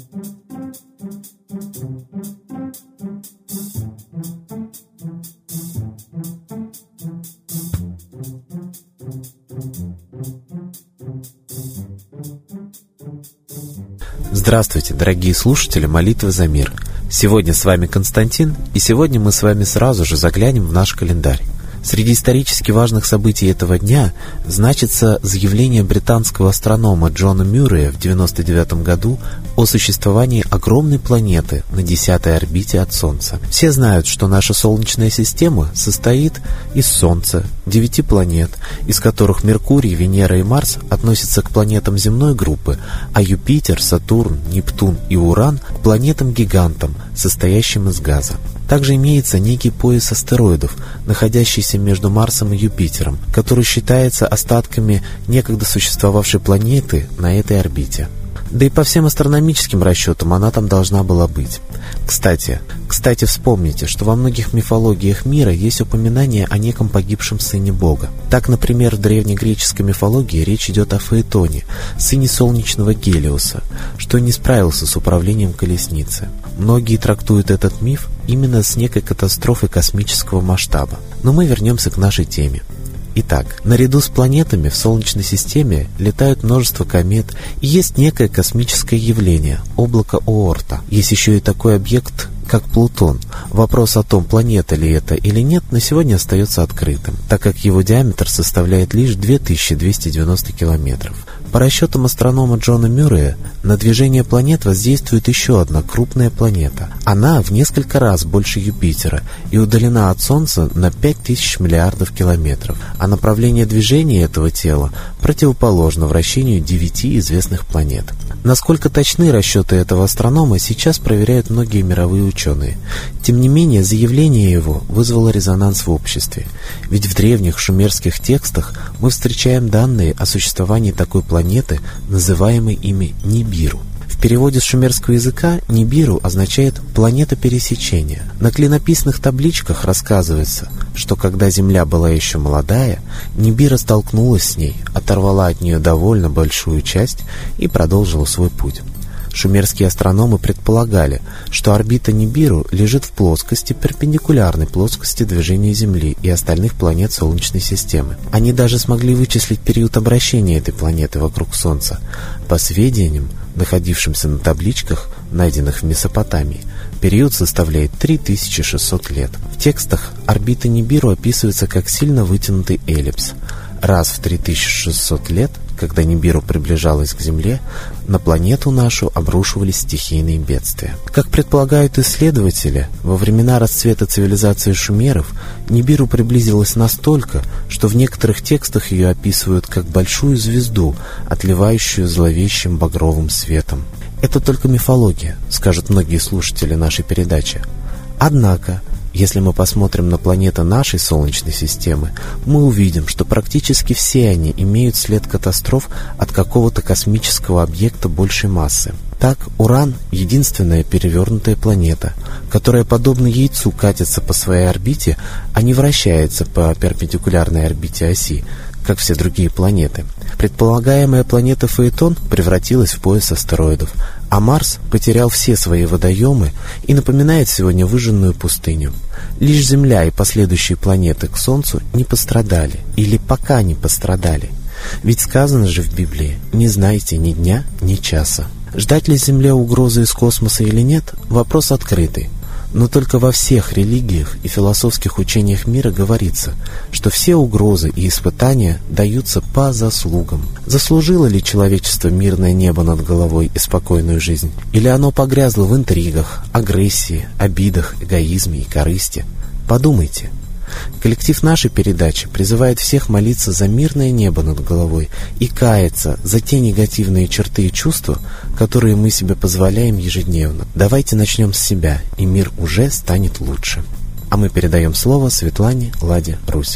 Здравствуйте, дорогие слушатели «Молитвы за мир». Сегодня с вами Константин, и сегодня мы с вами сразу же заглянем в наш календарь. Среди исторически важных событий этого дня значится заявление британского астронома Джона Мюррея в 1999 году о существовании огромной планеты на 10-й орбите от Солнца. Все знают, что наша Солнечная система состоит из Солнца, 9 планет, из которых Меркурий, Венера и Марс относятся к планетам земной группы, а Юпитер, Сатурн, Нептун и Уран к планетам-гигантам, состоящим из газа. Также имеется некий пояс астероидов, находящийся между Марсом и Юпитером, который считается остатками некогда существовавшей планеты на этой орбите. Да и по всем астрономическим расчетам она там должна была быть. Кстати, вспомните, что во многих мифологиях мира есть упоминание о неком погибшем сыне Бога. Так, например, в древнегреческой мифологии речь идет о Фаэтоне, сыне солнечного Гелиоса, что не справился с управлением колесницы. Многие трактуют этот миф именно с некой катастрофой космического масштаба. Но мы вернемся к нашей теме. Итак, наряду с планетами в Солнечной системе летают множество комет, и есть некое космическое явление – облако Оорта. Есть еще и такой объект, как Плутон. Вопрос о том, планета ли это или нет, на сегодня остается открытым, так как его диаметр составляет лишь 2290 километров. По расчетам астронома Джона Мюррея, на движение планет воздействует еще одна крупная планета. Она в несколько раз больше Юпитера и удалена от Солнца на 5000 миллиардов километров, а направление движения этого тела противоположно вращению 9 известных планет. Насколько точны расчеты этого астронома, сейчас проверяют многие мировые ученые. Тем не менее, заявление его вызвало резонанс в обществе. Ведь в древних шумерских текстах мы встречаем данные о существовании такой планеты, называемой ими Нибиру. В переводе с шумерского языка Нибиру означает «планета пересечения». На клинописных табличках рассказывается, что когда Земля была еще молодая, Нибира столкнулась с ней, оторвала от нее довольно большую часть и продолжила свой путь. Шумерские астрономы предполагали, что орбита Нибиру лежит в плоскости, перпендикулярной плоскости движения Земли и остальных планет Солнечной системы. Они даже смогли вычислить период обращения этой планеты вокруг Солнца. По сведениям, находившимся на табличках, найденных в Месопотамии, период составляет 3600 лет. В текстах орбита Нибиру описывается как сильно вытянутый эллипс. Раз в 3600 лет, когда Нибиру приближалась к Земле, на планету нашу обрушивались стихийные бедствия. Как предполагают исследователи, во времена расцвета цивилизации шумеров Нибиру приблизилась настолько, что в некоторых текстах ее описывают как большую звезду, отливающую зловещим багровым светом. Это только мифология, скажут многие слушатели нашей передачи. Однако, если мы посмотрим на планеты нашей Солнечной системы, мы увидим, что практически все они имеют след катастроф от какого-то космического объекта большей массы. Так, Уран — единственная перевернутая планета, которая, подобно яйцу, катится по своей орбите, а не вращается по перпендикулярной орбите оси, как все другие планеты. Предполагаемая планета Фаэтон превратилась в пояс астероидов, а Марс потерял все свои водоемы и напоминает сегодня выжженную пустыню. Лишь Земля и последующие планеты к Солнцу не пострадали, или пока не пострадали. Ведь сказано же в Библии: «Не знайте ни дня, ни часа». Ждать ли Земле угрозы из космоса или нет – вопрос открытый. Но только во всех религиях и философских учениях мира говорится, что все угрозы и испытания даются по заслугам. Заслужило ли человечество мирное небо над головой и спокойную жизнь? Или оно погрязло в интригах, агрессии, обидах, эгоизме и корысти? Подумайте. Коллектив нашей передачи призывает всех молиться за мирное небо над головой и каяться за те негативные черты и чувства, которые мы себе позволяем ежедневно. Давайте начнем с себя, и мир уже станет лучше. А мы передаем слово Светлане Ладе Русь.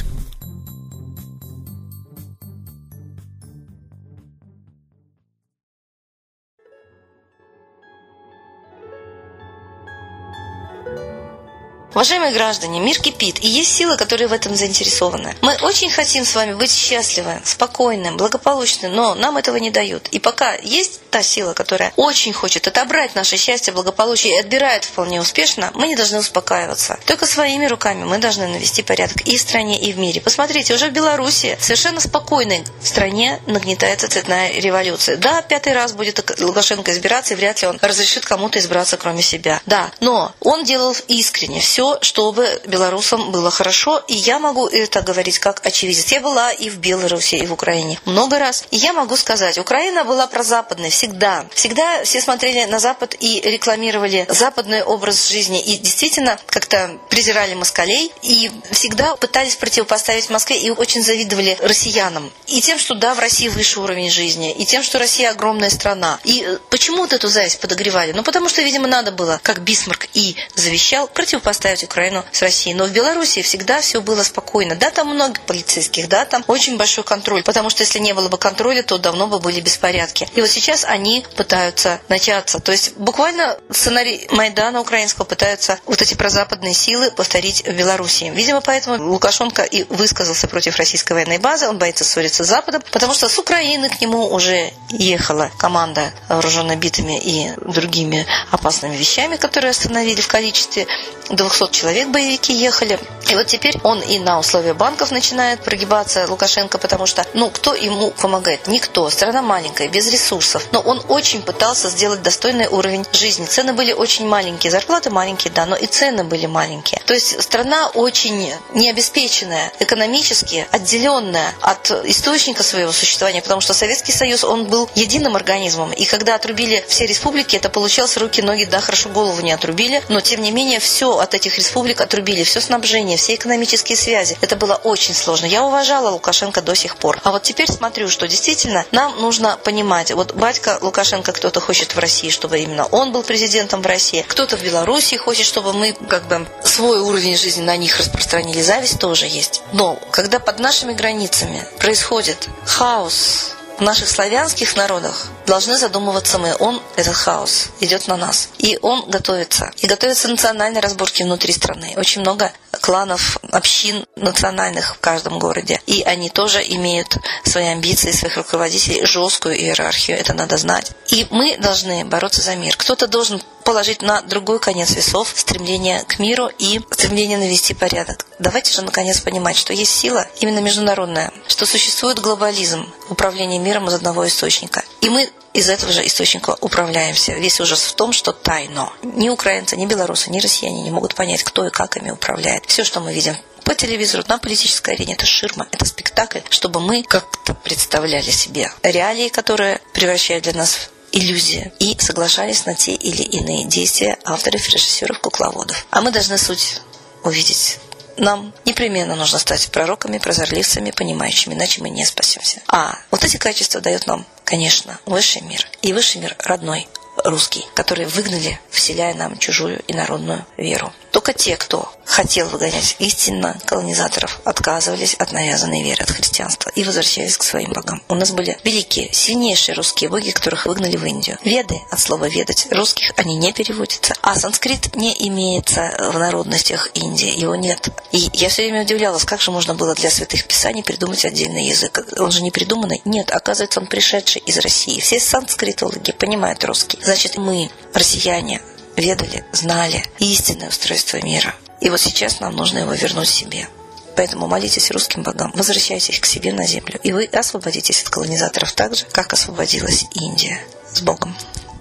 Уважаемые граждане, мир кипит, и есть силы, которые в этом заинтересованы. Мы очень хотим с вами быть счастливы, спокойны, благополучны, но нам этого не дают. И пока есть та сила, которая очень хочет отобрать наше счастье, благополучие и отбирает вполне успешно, мы не должны успокаиваться. Только своими руками мы должны навести порядок и в стране, и в мире. Посмотрите, уже в Беларуси, совершенно спокойной стране, нагнетается цветная революция. Да, 5-й раз будет Лукашенко избираться, и вряд ли он разрешит кому-то избраться, кроме себя. Да, но он делал искренне все, чтобы белорусам было хорошо, и я могу это говорить как очевидец. Я была и в Беларуси, и в Украине много раз, и я могу сказать, Украина была прозападной всегда. Всегда все смотрели на Запад и рекламировали западный образ жизни, и действительно как-то презирали москалей, и всегда пытались противопоставить Москве, и очень завидовали россиянам. И тем, что да, в России выше уровень жизни, и тем, что Россия огромная страна. И почему вот эту зависть подогревали? Ну, потому что, видимо, надо было, как Бисмарк и завещал, противопоставить Украину с Россией. Но в Беларуси всегда все было спокойно. Да, там много полицейских, да, там очень большой контроль, потому что если не было бы контроля, то давно бы были беспорядки. И вот сейчас они пытаются начаться. То есть буквально сценарий Майдана украинского пытаются вот эти прозападные силы повторить в Беларуси. Видимо, поэтому Лукашенко и высказался против российской военной базы. Он боится ссориться с Западом, потому что с Украины к нему уже ехала команда, вооруженная битами и другими опасными вещами, которые остановили в количестве 200 человек, боевики ехали. И вот теперь он и на условия банков начинает прогибаться, Лукашенко, потому что, кто ему помогает? Никто. Страна маленькая, без ресурсов. Но он очень пытался сделать достойный уровень жизни. Цены были очень маленькие, зарплаты маленькие, да, но и цены были маленькие. То есть страна очень необеспеченная, экономически отделенная от источника своего существования, потому что Советский Союз, он был единым организмом. И когда отрубили все республики, это получалось руки, ноги, да, хорошо, голову не отрубили, но тем не менее все от этих республик отрубили, все снабжение, все экономические связи. Это было очень сложно. Я уважала Лукашенко до сих пор. А вот теперь смотрю, что действительно нам нужно понимать, вот батька Лукашенко, кто-то хочет в России, чтобы именно он был президентом в России, кто-то в Беларуси хочет, чтобы мы свой уровень жизни на них распространили. Зависть тоже есть. Но когда под нашими границами происходит хаос в наших славянских народах, должны задумываться мы. Этот хаос, идет на нас. И он готовится. И готовятся национальные разборки внутри страны. Очень много кланов, общин национальных в каждом городе. И они тоже имеют свои амбиции, своих руководителей, жесткую иерархию. Это надо знать. И мы должны бороться за мир. Кто-то должен положить на другой конец весов стремление к миру и стремление навести порядок. Давайте же наконец понимать, что есть сила именно международная, что существует глобализм, управление миром из одного источника. И мы из этого же источника управляемся. Весь ужас в том, что тайно. Ни украинцы, ни белорусы, ни россияне не могут понять, кто и как ими управляет. Все, что мы видим по телевизору, на политической арене, это ширма, это спектакль, чтобы мы как-то представляли себе реалии, которые превращают для нас в иллюзии, и соглашались на те или иные действия авторов, режиссеров, кукловодов. А мы должны суть увидеть. Нам непременно нужно стать пророками, прозорливцами, понимающими, иначе мы не спасемся. А вот эти качества дают нам, конечно, высший мир. И высший мир родной, русский, который выгнали, вселяя нам чужую инородную веру. Только те, кто хотел выгонять истинно колонизаторов, отказывались от навязанной веры, от христианства и возвращались к своим богам. У нас были великие, сильнейшие русские боги, которых выгнали в Индию. Веды, от слова «ведать», русских они не переводятся. А санскрит не имеется в народностях Индии, его нет. И я все время удивлялась, как же можно было для святых писаний придумать отдельный язык. Он же не придуманный? Нет, оказывается, он пришедший из России. Все санскритологи понимают русский. Значит, мы, россияне, ведали, знали истинное устройство мира. И вот сейчас нам нужно его вернуть себе. Поэтому молитесь русским богам, возвращайтесь к себе на землю, и вы освободитесь от колонизаторов так же, как освободилась Индия. С Богом!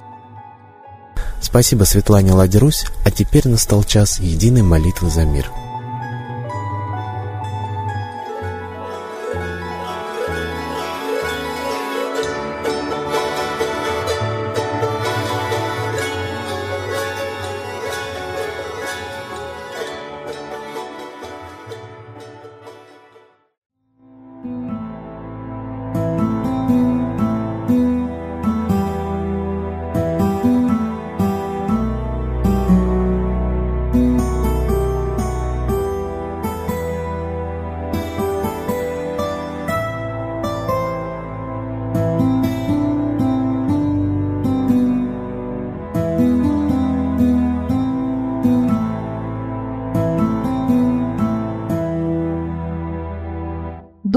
Спасибо Светлане Ладе-Русь, а теперь настал час единой молитвы за мир.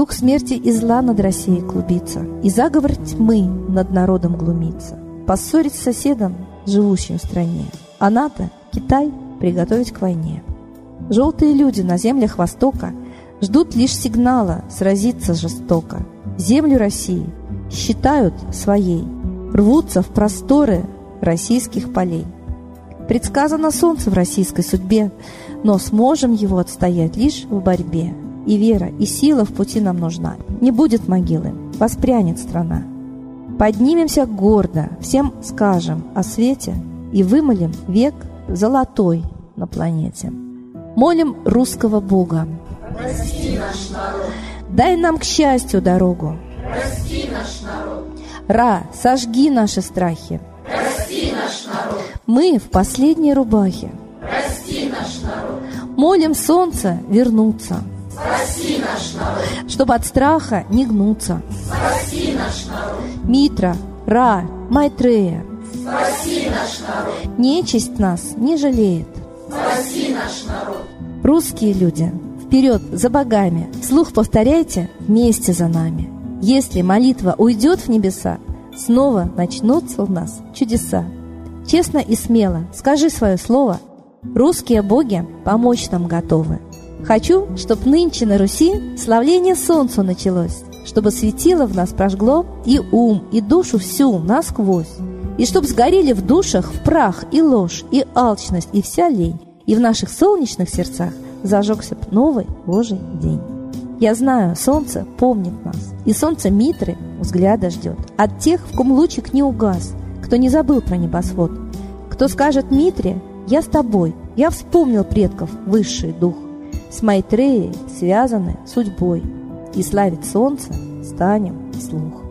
Дух смерти и зла над Россией клубится, и заговор тьмы над народом глумится. Поссорить с соседом, живущим в стране, а НАТО, Китай приготовить к войне. Желтые люди на землях Востока ждут лишь сигнала сразиться жестоко. Землю России считают своей, рвутся в просторы российских полей. Предсказано солнце в российской судьбе, но сможем его отстоять лишь в борьбе. И вера, и сила в пути нам нужна. Не будет могилы, воспрянет страна. Поднимемся гордо, всем скажем о свете и вымолим век золотой на планете. Молим русского Бога. Прости наш народ. Дай нам к счастью дорогу. Прости наш народ. Ра, сожги наши страхи. Прости наш народ. Мы в последней рубахе. Прости наш народ. Молим солнце вернуться. Спаси наш народ. Чтоб от страха не гнуться. Спаси наш народ. Митра, Ра, Майтрея. Спаси наш народ. Нечисть нас не жалеет. Спаси наш народ. Русские люди, вперед за богами. Вслух повторяйте вместе за нами. Если молитва уйдет в небеса, снова начнутся у нас чудеса. Честно и смело скажи свое слово. Русские боги помочь нам готовы. Хочу, чтоб нынче на Руси славление солнцу началось, чтобы светило в нас прожгло и ум, и душу всю насквозь, и чтоб сгорели в душах в прах и ложь, и алчность, и вся лень, и в наших солнечных сердцах зажегся б новый Божий день. Я знаю, солнце помнит нас, и солнце Митры взгляда ждет от тех, в ком лучик не угас, кто не забыл про небосвод, кто скажет Митре: «Я с тобой, я вспомнил предков высший дух». С Майтреей связаны судьбой, и славить солнце станем вслух.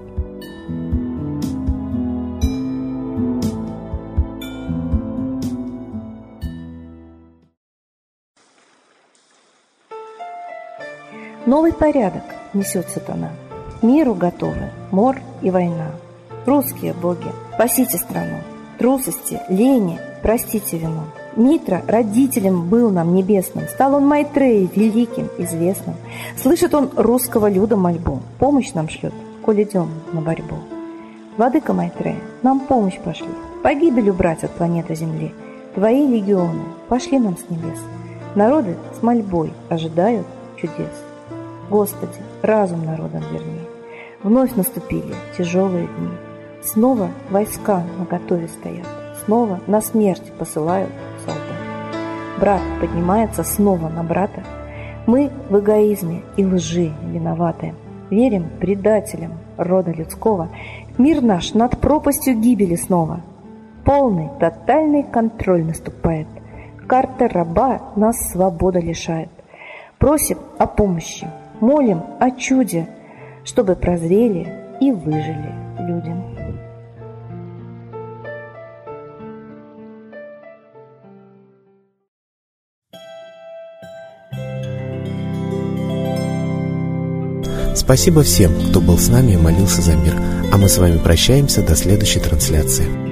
Новый порядок несет сатана. Миру готовы мор и война. Русские боги, спасите страну. Трусости, лени, простите вину. Митра родителем был нам небесным, стал он Майтреей великим, известным. Слышит он русского люда мольбу, помощь нам шлет, коль идем на борьбу. Владыка Майтрея, нам помощь пошли, погибель убрать от планеты Земли. Твои легионы пошли нам с небес, народы с мольбой ожидают чудес. Господи, разум народам верни, вновь наступили тяжелые дни. Снова войска наготове стоят, снова на смерть посылают солдат. Брат поднимается снова на брата. Мы в эгоизме и лжи виноваты. Верим предателям рода людского. Мир наш над пропастью гибели снова. Полный, тотальный контроль наступает. Карта раба нас свобода лишает. Просим о помощи, молим о чуде, чтобы прозрели и выжили людям. Спасибо всем, кто был с нами и молился за мир. А мы с вами прощаемся до следующей трансляции.